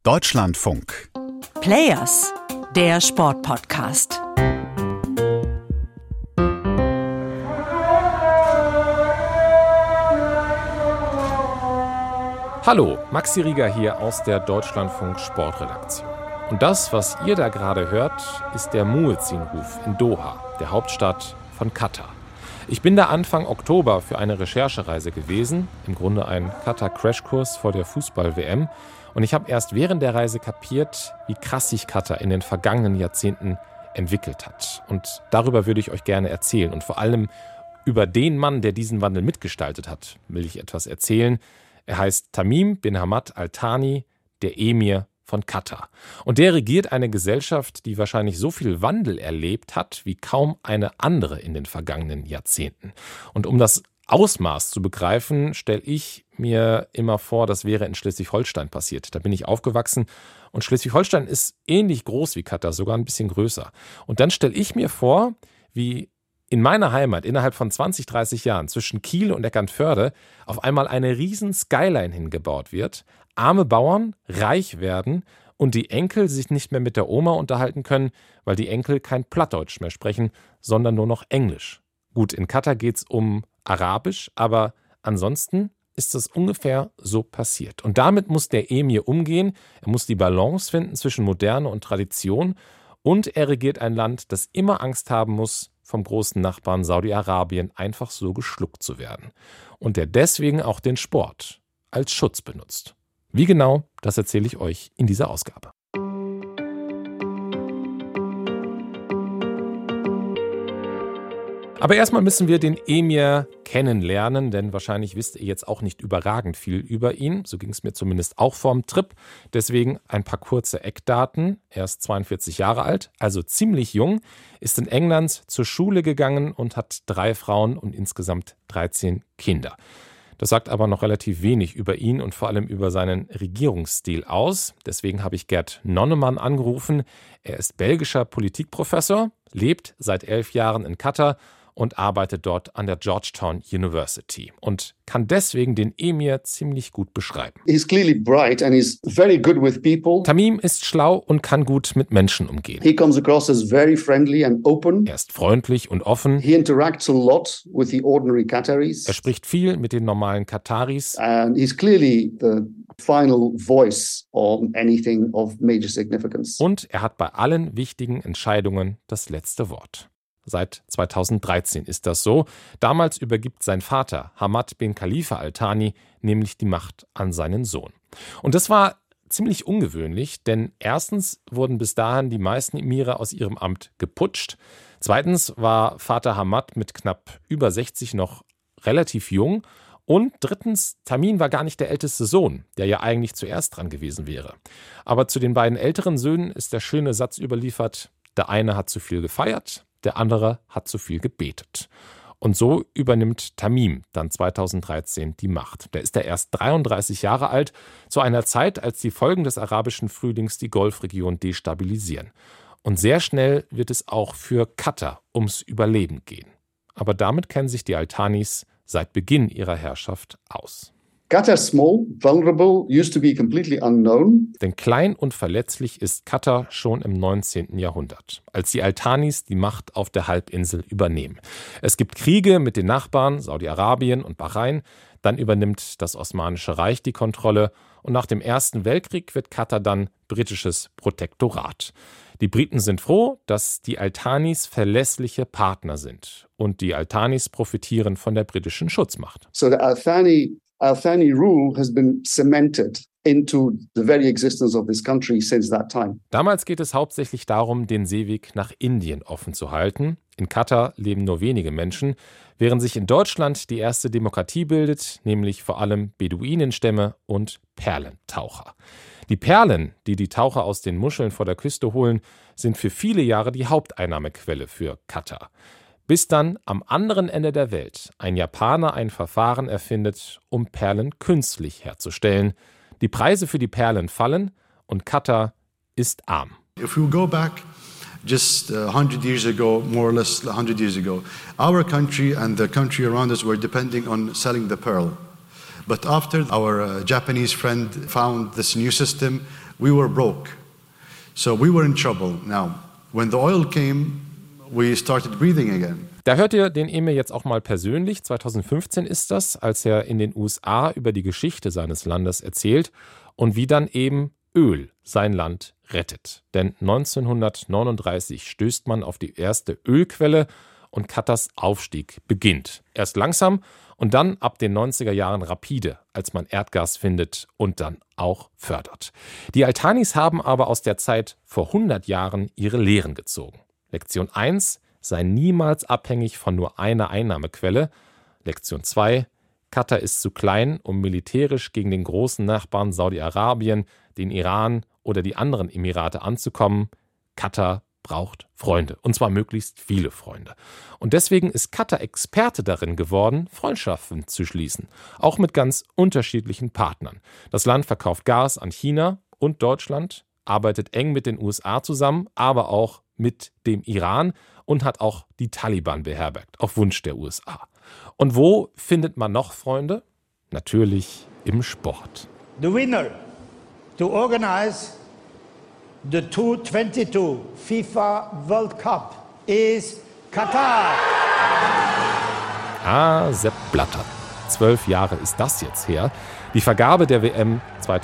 Deutschlandfunk. Players, der Sportpodcast. Hallo, Maxi Rieger hier aus der Deutschlandfunk Sportredaktion. Und das, was ihr da gerade hört, ist der Muezzin-Ruf in Doha, der Hauptstadt von Katar. Ich bin da Anfang Oktober für eine Recherchereise gewesen, im Grunde ein Katar-Crashkurs vor der Fußball-WM. Und ich habe erst während der Reise kapiert, wie krass sich Katar in den vergangenen Jahrzehnten entwickelt hat. Und darüber würde ich euch gerne erzählen. Und vor allem über den Mann, der diesen Wandel mitgestaltet hat, will ich etwas erzählen. Er heißt Tamim bin Hamad Al Thani, der Emir von Katar. Und der regiert eine Gesellschaft, die wahrscheinlich so viel Wandel erlebt hat, wie kaum eine andere in den vergangenen Jahrzehnten. Und um das Ausmaß zu begreifen, stelle ich mir immer vor, das wäre in Schleswig-Holstein passiert. Da bin ich aufgewachsen und Schleswig-Holstein ist ähnlich groß wie Katar, sogar ein bisschen größer. Und dann stelle ich mir vor, wie in meiner Heimat innerhalb von 20, 30 Jahren zwischen Kiel und Eckernförde auf einmal eine riesen Skyline hingebaut wird, arme Bauern reich werden und die Enkel sich nicht mehr mit der Oma unterhalten können, weil die Enkel kein Plattdeutsch mehr sprechen, sondern nur noch Englisch. Gut, in Katar geht es um Arabisch, aber ansonsten ist es ungefähr so passiert. Und damit muss der Emir umgehen, er muss die Balance finden zwischen Moderne und Tradition und er regiert ein Land, das immer Angst haben muss, vom großen Nachbarn Saudi-Arabien einfach so geschluckt zu werden. Und der deswegen auch den Sport als Schutz benutzt. Wie genau, das erzähle ich euch in dieser Ausgabe. Aber erstmal müssen wir den Emir kennenlernen, denn wahrscheinlich wisst ihr jetzt auch nicht überragend viel über ihn. So ging es mir zumindest auch vorm Trip. Deswegen ein paar kurze Eckdaten. Er ist 42 Jahre alt, also ziemlich jung, ist in England zur Schule gegangen und hat 3 Frauen und insgesamt 13 Kinder. Das sagt aber noch relativ wenig über ihn und vor allem über seinen Regierungsstil aus. Deswegen habe ich Gerd Nonnemann angerufen. Er ist belgischer Politikprofessor, lebt seit 11 Jahren in Katar und arbeitet dort an der Georgetown University und kann deswegen den Emir ziemlich gut beschreiben. He's clearly bright and he's very good with people. Tamim ist schlau und kann gut mit Menschen umgehen. He comes across as very friendly and open. Er ist freundlich und offen. He interacts a lot with the ordinary Qataris. Er spricht viel mit den normalen Kataris. And he's clearly the final voice on anything of major significance. Und er hat bei allen wichtigen Entscheidungen das letzte Wort. Seit 2013 ist das so. Damals übergibt sein Vater, Hamad bin Khalifa Al Thani, nämlich die Macht an seinen Sohn. Und das war ziemlich ungewöhnlich, denn erstens wurden bis dahin die meisten Emire aus ihrem Amt geputscht. Zweitens war Vater Hamad mit knapp über 60 noch relativ jung. Und drittens, Tamim war gar nicht der älteste Sohn, der ja eigentlich zuerst dran gewesen wäre. Aber zu den beiden älteren Söhnen ist der schöne Satz überliefert: Der eine hat zu viel gefeiert, der andere hat zu viel gebetet. Und so übernimmt Tamim dann 2013 die Macht. Der ist ja erst 33 Jahre alt, zu einer Zeit, als die Folgen des arabischen Frühlings die Golfregion destabilisieren. Und sehr schnell wird es auch für Katar ums Überleben gehen. Aber damit kennen sich die Al Thanis seit Beginn ihrer Herrschaft aus. Qatar small, vulnerable, used to be completely unknown. Denn klein und verletzlich ist Katar schon im 19. Jahrhundert, als die Al Thanis die Macht auf der Halbinsel übernehmen. Es gibt Kriege mit den Nachbarn Saudi-Arabien und Bahrain, dann übernimmt das Osmanische Reich die Kontrolle und nach dem Ersten Weltkrieg wird Katar dann britisches Protektorat. Die Briten sind froh, dass die Al Thanis verlässliche Partner sind und die Al Thanis profitieren von der britischen Schutzmacht. So the Al Thani rule has been cemented into the very existence of this country since that time. Damals geht es hauptsächlich darum, den Seeweg nach Indien offen zu halten. In Katar leben nur wenige Menschen, während sich in Deutschland die erste Demokratie bildet, nämlich vor allem Beduinenstämme und Perlentaucher. Die Perlen, die die Taucher aus den Muscheln vor der Küste holen, sind für viele Jahre die Haupteinnahmequelle für Katar. Bis dann am anderen Ende der Welt ein Japaner ein Verfahren erfindet, um Perlen künstlich herzustellen. Die Preise für die Perlen fallen und Katar ist arm. If we go back just 100 years ago, more or less 100 years ago, our country and the country around us were depending on selling the pearl. But after our Japanese friend found this new system, we were broke. So we were in trouble. Now, when the oil came, we started breathing again. Da hört ihr den Emir jetzt auch mal persönlich. 2015 ist das, als er in den USA über die Geschichte seines Landes erzählt und wie dann eben Öl sein Land rettet. Denn 1939 stößt man auf die erste Ölquelle und Katars Aufstieg beginnt. Erst langsam und dann ab den 90er Jahren rapide, als man Erdgas findet und dann auch fördert. Die Al-Thanis haben aber aus der Zeit vor 100 Jahren ihre Lehren gezogen. Lektion 1: sei niemals abhängig von nur einer Einnahmequelle. Lektion 2: Katar ist zu klein, um militärisch gegen den großen Nachbarn Saudi-Arabien, den Iran oder die anderen Emirate anzukommen. Katar braucht Freunde, und zwar möglichst viele Freunde. Und deswegen ist Katar Experte darin geworden, Freundschaften zu schließen, auch mit ganz unterschiedlichen Partnern. Das Land verkauft Gas an China und Deutschland, arbeitet eng mit den USA zusammen, aber auch mit dem Iran und hat auch die Taliban beherbergt, auf Wunsch der USA. Und wo findet man noch Freunde? Natürlich im Sport. The winner to organize the 2022 FIFA World Cup is Katar. Sepp Blatter. 12 Jahre ist das jetzt her. Die Vergabe der WM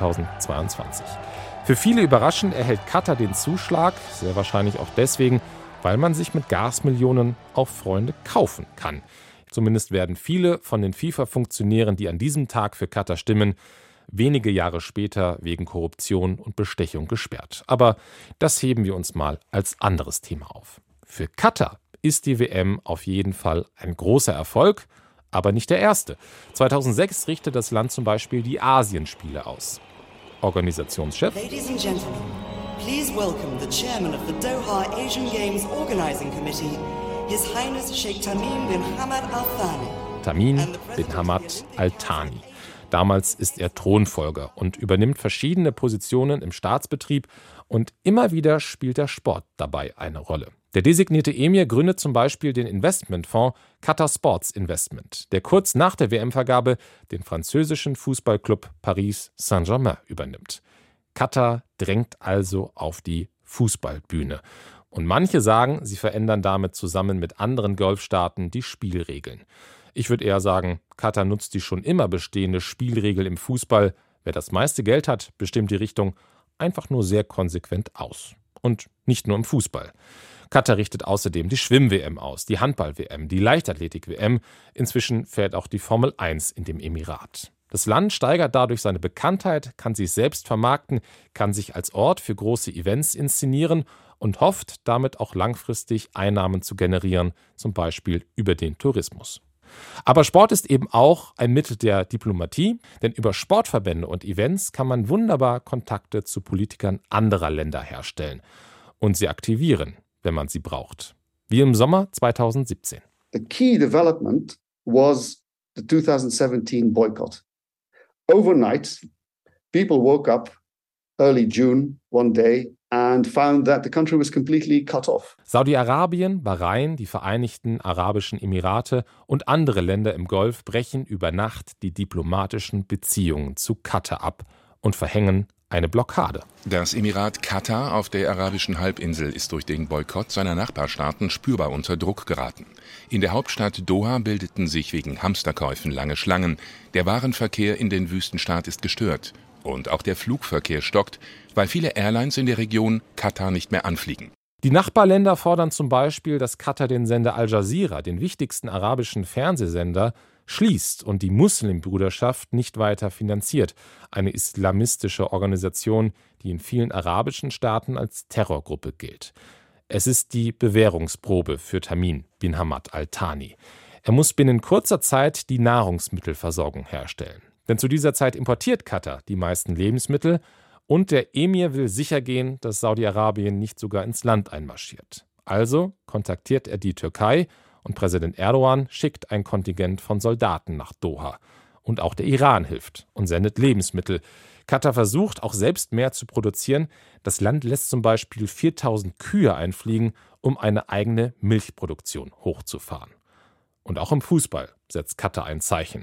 2022. Für viele überraschend erhält Katar den Zuschlag, sehr wahrscheinlich auch deswegen, weil man sich mit Gasmillionen auch Freunde kaufen kann. Zumindest werden viele von den FIFA-Funktionären, die an diesem Tag für Katar stimmen, wenige Jahre später wegen Korruption und Bestechung gesperrt. Aber das heben wir uns mal als anderes Thema auf. Für Katar ist die WM auf jeden Fall ein großer Erfolg, aber nicht der erste. 2006 richtet das Land zum Beispiel die Asienspiele aus. Organisationschef: Ladies and gentlemen, please welcome the chairman of the Doha Asian Games Organizing Committee, His Highness Sheikh Tamim bin Hamad Al Thani. Tamim bin Hamad Al Thani. Damals ist er Thronfolger und übernimmt verschiedene Positionen im Staatsbetrieb und immer wieder spielt der Sport dabei eine Rolle. Der designierte Emir gründet zum Beispiel den Investmentfonds Qatar Sports Investment, der kurz nach der WM-Vergabe den französischen Fußballclub Paris Saint-Germain übernimmt. Katar drängt also auf die Fußballbühne. Und manche sagen, sie verändern damit zusammen mit anderen Golfstaaten die Spielregeln. Ich würde eher sagen, Katar nutzt die schon immer bestehende Spielregel im Fußball. Wer das meiste Geld hat, bestimmt die Richtung einfach nur sehr konsequent aus. Und nicht nur im Fußball. Katar richtet außerdem die Schwimm-WM aus, die Handball-WM, die Leichtathletik-WM. Inzwischen fährt auch die Formel 1 in dem Emirat. Das Land steigert dadurch seine Bekanntheit, kann sich selbst vermarkten, kann sich als Ort für große Events inszenieren und hofft, damit auch langfristig Einnahmen zu generieren, zum Beispiel über den Tourismus. Aber Sport ist eben auch ein Mittel der Diplomatie, denn über Sportverbände und Events kann man wunderbar Kontakte zu Politikern anderer Länder herstellen und sie aktivieren, wenn man sie braucht. Wie im Sommer 2017. The key development was the 2017 boycott. Overnight, people woke up early June one day and found that the country was completely cut off. Saudi-Arabien, Bahrain, die Vereinigten Arabischen Emirate und andere Länder im Golf brechen über Nacht die diplomatischen Beziehungen zu Katar ab und verhängen eine Blockade. Das Emirat Katar auf der arabischen Halbinsel ist durch den Boykott seiner Nachbarstaaten spürbar unter Druck geraten. In der Hauptstadt Doha bildeten sich wegen Hamsterkäufen lange Schlangen. Der Warenverkehr in den Wüstenstaat ist gestört. Und auch der Flugverkehr stockt, weil viele Airlines in der Region Katar nicht mehr anfliegen. Die Nachbarländer fordern zum Beispiel, dass Katar den Sender Al Jazeera, den wichtigsten arabischen Fernsehsender, schließt und die Muslimbruderschaft nicht weiter finanziert, eine islamistische Organisation, die in vielen arabischen Staaten als Terrorgruppe gilt. Es ist die Bewährungsprobe für Tamim bin Hamad Al Thani. Er muss binnen kurzer Zeit die Nahrungsmittelversorgung herstellen. Denn zu dieser Zeit importiert Katar die meisten Lebensmittel und der Emir will sichergehen, dass Saudi-Arabien nicht sogar ins Land einmarschiert. Also kontaktiert er die Türkei und Präsident Erdogan schickt ein Kontingent von Soldaten nach Doha. Und auch der Iran hilft und sendet Lebensmittel. Katar versucht auch selbst mehr zu produzieren. Das Land lässt zum Beispiel 4000 Kühe einfliegen, um eine eigene Milchproduktion hochzufahren. Und auch im Fußball setzt Katar ein Zeichen.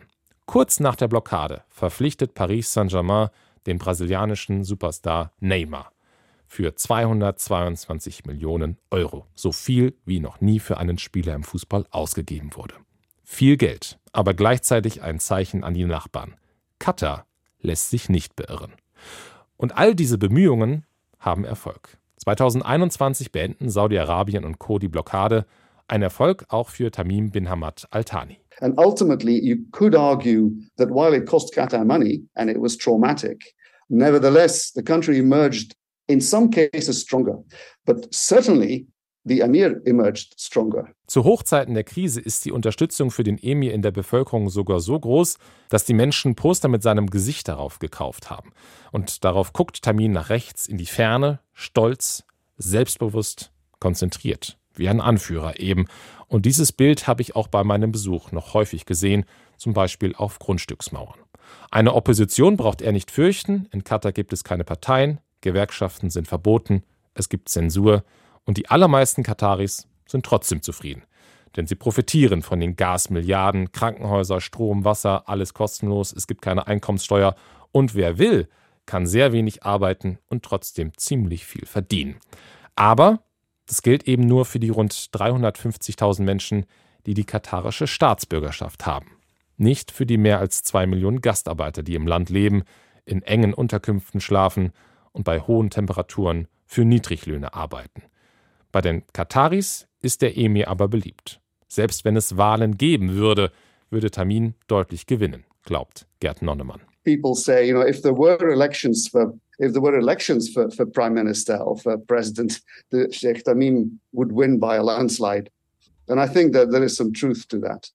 Kurz nach der Blockade verpflichtet Paris Saint-Germain den brasilianischen Superstar Neymar für 222 Millionen Euro. So viel wie noch nie für einen Spieler im Fußball ausgegeben wurde. Viel Geld, aber gleichzeitig ein Zeichen an die Nachbarn. Katar lässt sich nicht beirren. Und all diese Bemühungen haben Erfolg. 2021 beenden Saudi-Arabien und Co. die Blockade. Ein Erfolg auch für Tamim bin Hamad Al Thani. And ultimately, you could argue that while it cost Qatar money and it was traumatic, nevertheless, the country emerged in some cases stronger. But certainly, the Emir emerged stronger. Zu Hochzeiten der Krise ist die Unterstützung für den Emir in der Bevölkerung sogar so groß, dass die Menschen Poster mit seinem Gesicht darauf gekauft haben. Und darauf guckt Tamim nach rechts in die Ferne, stolz, selbstbewusst, konzentriert. Wie ein Anführer eben. Und dieses Bild habe ich auch bei meinem Besuch noch häufig gesehen, zum Beispiel auf Grundstücksmauern. Eine Opposition braucht er nicht fürchten. In Katar gibt es keine Parteien, Gewerkschaften sind verboten, es gibt Zensur und die allermeisten Kataris sind trotzdem zufrieden. Denn sie profitieren von den Gasmilliarden, Krankenhäuser, Strom, Wasser, alles kostenlos, es gibt keine Einkommenssteuer und wer will, kann sehr wenig arbeiten und trotzdem ziemlich viel verdienen. Aber das gilt eben nur für die rund 350.000 Menschen, die die katarische Staatsbürgerschaft haben. Nicht für die mehr als 2 Millionen Gastarbeiter, die im Land leben, in engen Unterkünften schlafen und bei hohen Temperaturen für Niedriglöhne arbeiten. Bei den Kataris ist der Emir aber beliebt. Selbst wenn es Wahlen geben würde, würde Tamim deutlich gewinnen, glaubt Gerd Nonnemann. People say, if there were elections for Prime Minister or for President, the Sheikh Tamim would win by a landslide. And I think that there is some truth to that.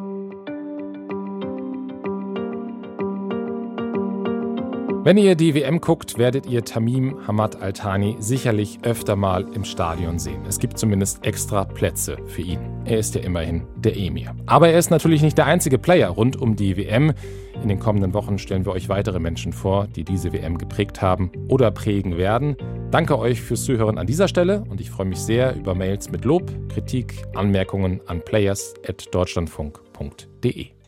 Wenn ihr die WM guckt, werdet ihr Tamim Hamad Al Thani sicherlich öfter mal im Stadion sehen. Es gibt zumindest extra Plätze für ihn. Er ist ja immerhin der Emir. Aber er ist natürlich nicht der einzige Player rund um die WM. In den kommenden Wochen stellen wir euch weitere Menschen vor, die diese WM geprägt haben oder prägen werden. Danke euch fürs Zuhören an dieser Stelle und ich freue mich sehr über Mails mit Lob, Kritik, Anmerkungen an players@deutschlandfunk.de.